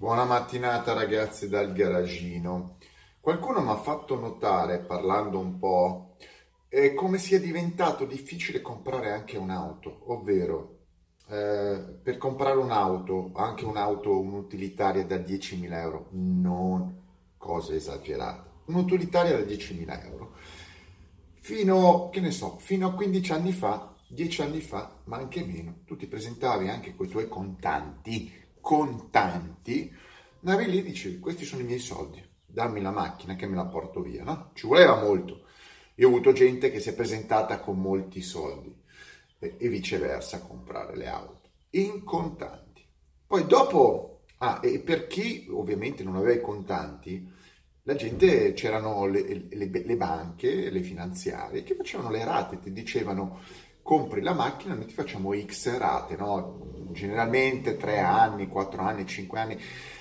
Buona mattinata ragazzi dal garagino. Qualcuno mi ha fatto notare, parlando un po', come sia diventato difficile comprare anche un'auto, ovvero per comprare un'auto, anche un'auto, un'utilitaria da 10.000 euro, non cosa esagerata, un'utilitaria da 10.000 euro, fino, che ne so, fino a 15 anni fa, 10 anni fa, ma anche meno, tu ti presentavi anche con i tuoi contanti, andavi lì e dicevi, questi sono i miei soldi, dammi la macchina che me la porto via, no? Ci voleva molto. Io ho avuto gente che si è presentata con molti soldi e viceversa a comprare le auto in contanti. Poi dopo, e per chi ovviamente non aveva i contanti, la gente, c'erano le banche, le finanziarie che facevano le rate, ti dicevano compri la macchina, noi ti facciamo X rate, no? Generalmente 3 anni, 4 anni, 5 anni,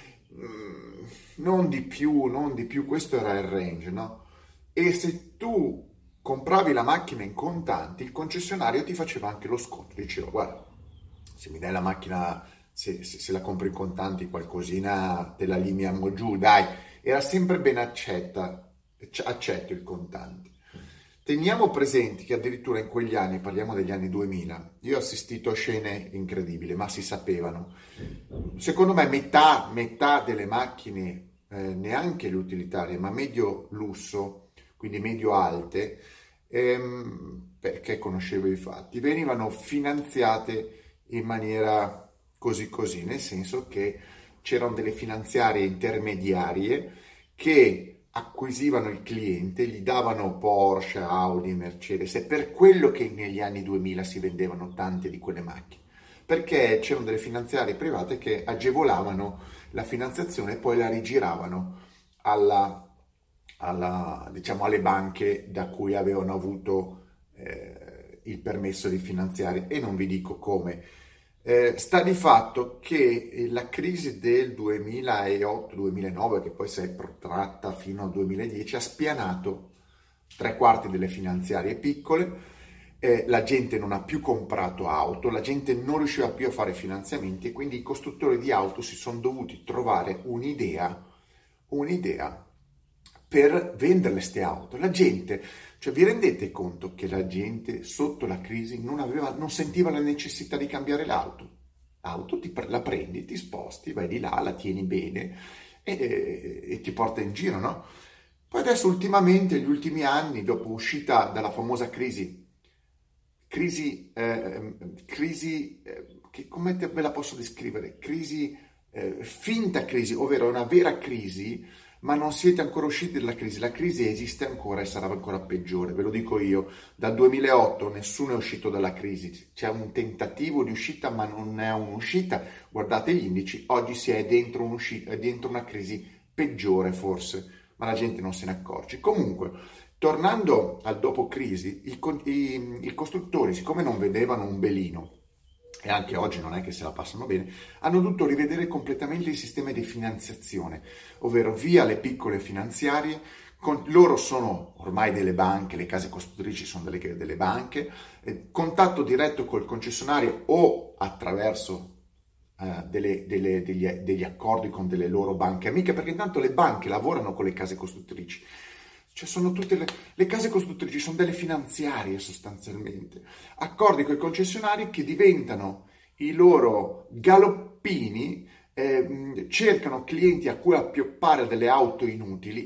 non di più, non di più, questo era il range, no? E se tu compravi la macchina in contanti, il concessionario ti faceva anche lo sconto, diceva guarda, se mi dai la macchina, se la compri in contanti qualcosina te la limiamo giù, dai, era sempre ben accetto il contante. Teniamo presenti che addirittura in quegli anni, parliamo degli anni 2000, io ho assistito a scene incredibili, ma si sapevano. Secondo me metà delle macchine, neanche le utilitarie, ma medio lusso, quindi medio alte, perché conoscevo i fatti, venivano finanziate in maniera così così, nel senso che c'erano delle finanziarie intermediarie che acquisivano il cliente, gli davano Porsche, Audi, Mercedes, e per quello che negli anni 2000 si vendevano tante di quelle macchine, perché c'erano delle finanziarie private che agevolavano la finanziazione e poi la rigiravano diciamo, alle banche da cui avevano avuto il permesso di finanziare, e non vi dico come. Sta di fatto che la crisi del 2008-2009, che poi si è protratta fino al 2010, ha spianato 3/4 delle finanziarie piccole, la gente non ha più comprato auto, la gente non riusciva più a fare finanziamenti e quindi i costruttori di auto si sono dovuti trovare un'idea per vendere queste auto. La gente, cioè vi rendete conto che la gente sotto la crisi non sentiva la necessità di cambiare l'auto? L'auto la prendi, ti sposti, vai di là, la tieni bene e ti porta in giro, no? Poi adesso ultimamente, negli ultimi anni, dopo uscita dalla famosa che come ve la posso descrivere? Finta crisi, ovvero una vera crisi, ma non siete ancora usciti dalla crisi. La crisi esiste ancora e sarà ancora peggiore, ve lo dico io. Dal 2008 nessuno è uscito dalla crisi, c'è un tentativo di uscita ma non è un'uscita. Guardate gli indici, oggi si è dentro una crisi peggiore forse, ma la gente non se ne accorge. Comunque, tornando al dopo crisi, i costruttori, siccome non vedevano un belino, e anche oggi non è che se la passano bene, hanno dovuto rivedere completamente il sistema di finanziazione, ovvero via le piccole finanziarie, loro sono ormai delle banche, le case costruttrici sono delle banche, contatto diretto col concessionario o attraverso degli accordi con delle loro banche amiche, perché intanto le banche lavorano con le case costruttrici. Cioè sono tutte le case costruttrici, sono delle finanziarie sostanzialmente, accordi con i concessionari che diventano i loro galoppini, cercano clienti a cui appioppare delle auto inutili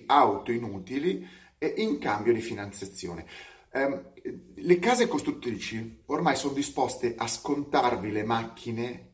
in cambio di finanziazione. Le case costruttrici ormai sono disposte a scontarvi le macchine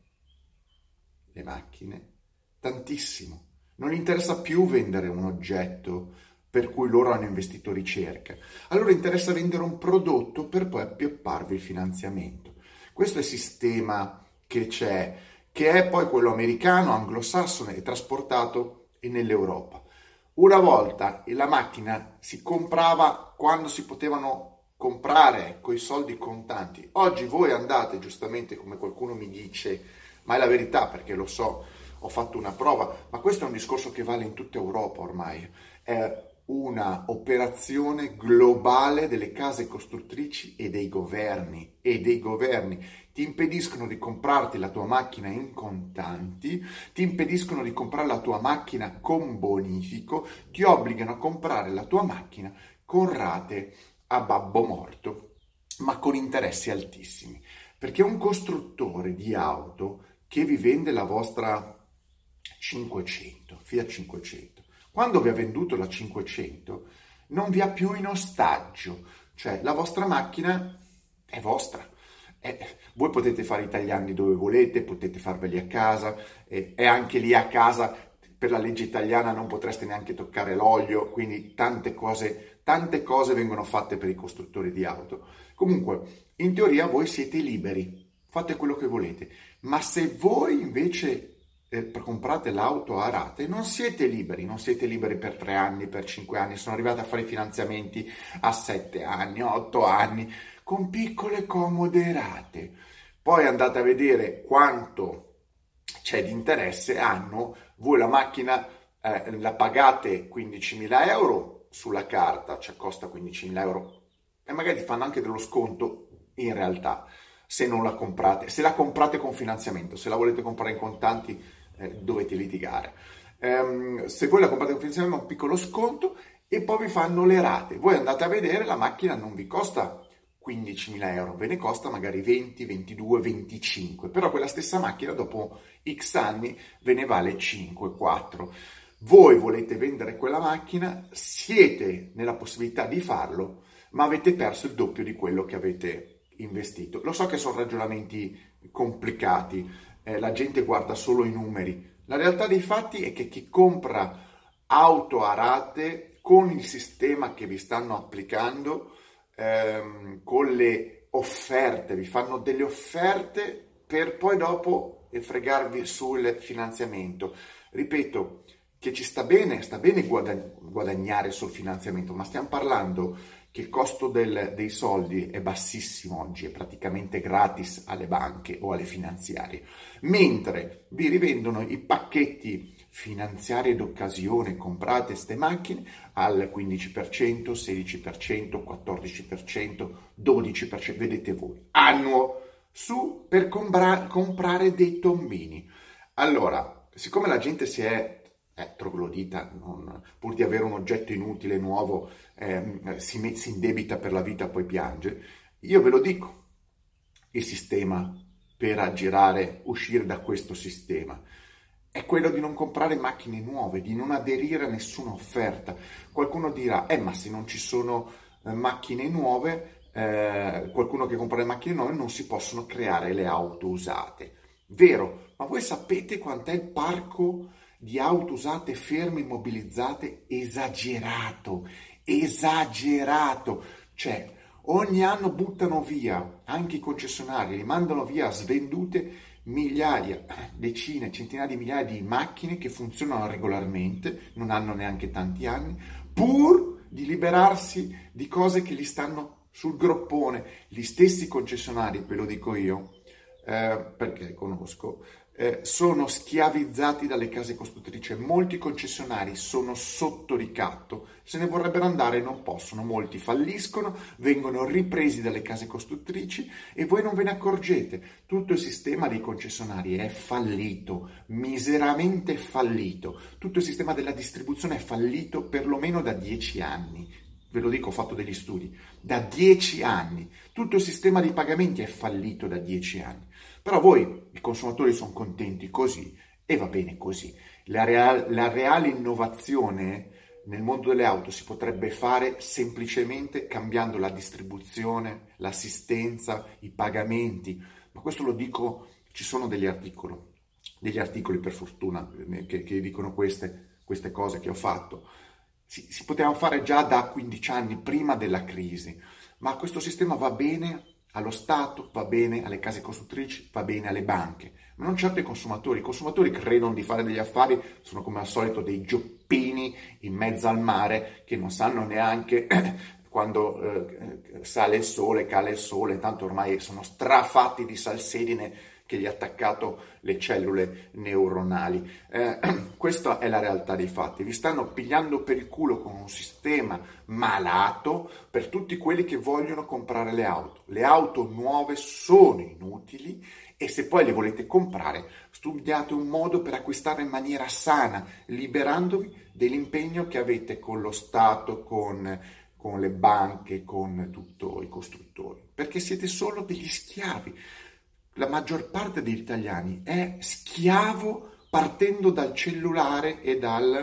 tantissimo, non gli interessa più vendere un oggetto per cui loro hanno investito ricerca. Allora interessa vendere un prodotto per poi appiopparvi il finanziamento. Questo è il sistema che c'è, che è poi quello americano, anglosassone e trasportato nell'Europa. Una volta la macchina si comprava quando si potevano comprare coi soldi contanti. Oggi voi andate, giustamente come qualcuno mi dice, ma è la verità perché lo so, ho fatto una prova, ma questo è un discorso che vale in tutta Europa ormai. È una operazione globale delle case costruttrici e dei governi ti impediscono di comprarti la tua macchina in contanti, ti impediscono di comprare la tua macchina con bonifico, ti obbligano a comprare la tua macchina con rate a babbo morto, ma con interessi altissimi. Perché un costruttore di auto che vi vende la vostra 500, Fiat 500, quando vi ha venduto la 500 non vi ha più in ostaggio, cioè la vostra macchina è vostra. Voi potete fare i tagliandi dove volete, potete farveli a casa, e anche lì a casa per la legge italiana non potreste neanche toccare l'olio, quindi tante cose vengono fatte per i costruttori di auto. Comunque, in teoria voi siete liberi, fate quello che volete, ma se voi invece comprate l'auto a rate, non siete liberi per 3 anni, per 5 anni, sono arrivati a fare i finanziamenti a 7 anni, 8 anni, con piccole comode rate. Poi andate a vedere quanto c'è di interesse annuo, voi la macchina la pagate 15.000 euro sulla carta, cioè costa 15.000 euro, e magari ti fanno anche dello sconto in realtà, se non la comprate, se la comprate con finanziamento, se la volete comprare in contanti dovete litigare. Se voi la comprate con finanziamento, un piccolo sconto e poi vi fanno le rate. Voi andate a vedere, la macchina non vi costa 15.000 euro, ve ne costa magari 20, 22, 25, però quella stessa macchina dopo X anni ve ne vale 5, 4. Voi volete vendere quella macchina, siete nella possibilità di farlo, ma avete perso il doppio di quello che avete investito. Lo so che sono ragionamenti complicati, la gente guarda solo i numeri. La realtà dei fatti è che chi compra auto a rate con il sistema che vi stanno applicando, con le offerte, vi fanno delle offerte per poi dopo fregarvi sul finanziamento. Ripeto che ci sta bene guadagnare sul finanziamento, ma stiamo parlando che il costo dei soldi è bassissimo oggi, è praticamente gratis alle banche o alle finanziarie, mentre vi rivendono i pacchetti finanziari d'occasione, comprate ste macchine al 15%, 16%, 14%, 12%, vedete voi, annuo, su per comprare dei tombini. Allora, siccome la gente si è troglodita, pur di avere un oggetto inutile, nuovo, si indebita per la vita, poi piange, io ve lo dico, il sistema per aggirare, uscire da questo sistema, è quello di non comprare macchine nuove, di non aderire a nessuna offerta. Qualcuno dirà, ma se non ci sono macchine nuove, qualcuno che compra le macchine nuove, non si possono creare le auto usate. Vero, ma voi sapete quant'è il parco di auto usate ferme, immobilizzate? Esagerato, cioè ogni anno buttano via, anche i concessionari li mandano via svendute migliaia, decine, centinaia di migliaia di macchine che funzionano regolarmente, non hanno neanche tanti anni, pur di liberarsi di cose che gli stanno sul groppone. Gli stessi concessionari, ve lo dico io, perché conosco, sono schiavizzati dalle case costruttrici. Molti concessionari sono sotto ricatto, se ne vorrebbero andare e non possono, molti falliscono, vengono ripresi dalle case costruttrici e voi non ve ne accorgete. Tutto il sistema dei concessionari è fallito, miseramente fallito, tutto il sistema della distribuzione è fallito perlomeno da 10 anni. Ve lo dico, ho fatto degli studi, da 10 anni, tutto il sistema di pagamenti è fallito da 10 anni. Però voi, i consumatori, sono contenti così e va bene così. La reale innovazione nel mondo delle auto si potrebbe fare semplicemente cambiando la distribuzione, l'assistenza, i pagamenti. Ma questo lo dico, ci sono degli articoli per fortuna che dicono queste cose che ho fatto. Si poteva fare già da 15 anni, prima della crisi, ma questo sistema va bene allo Stato, va bene alle case costruttrici, va bene alle banche, ma non certo ai consumatori. I consumatori credono di fare degli affari, sono come al solito dei gioppini in mezzo al mare che non sanno neanche quando sale il sole, cala il sole, tanto ormai sono strafatti di salsedine, che gli ha attaccato le cellule neuronali. Questa è la realtà dei fatti. Vi stanno pigliando per il culo con un sistema malato per tutti quelli che vogliono comprare le auto. Le auto nuove sono inutili e se poi le volete comprare, studiate un modo per acquistarle in maniera sana, liberandovi dell'impegno che avete con lo Stato, con le banche, con tutti i costruttori, perché siete solo degli schiavi. La maggior parte degli italiani è schiavo partendo dal cellulare e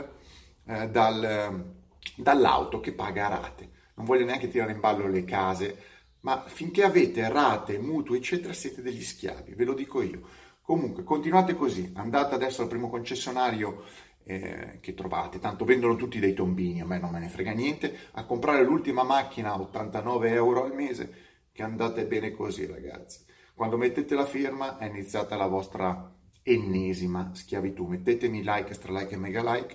dall'auto che paga a rate. Non voglio neanche tirare in ballo le case, ma finché avete rate, mutui, eccetera, siete degli schiavi, ve lo dico io. Comunque, continuate così, andate adesso al primo concessionario che trovate, tanto vendono tutti dei tombini, a me non me ne frega niente, a comprare l'ultima macchina a 89 euro al mese, che andate bene così, ragazzi. Quando mettete la firma è iniziata la vostra ennesima schiavitù. Mettetemi like, stralike e mega like.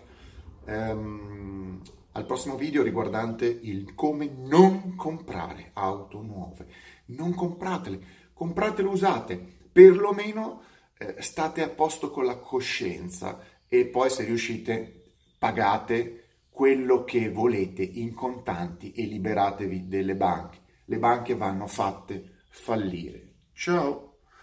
Al prossimo video riguardante il come non comprare auto nuove. Non compratele, compratele usate, perlomeno state a posto con la coscienza e poi se riuscite pagate quello che volete in contanti e liberatevi delle banche. Le banche vanno fatte fallire. Ciao!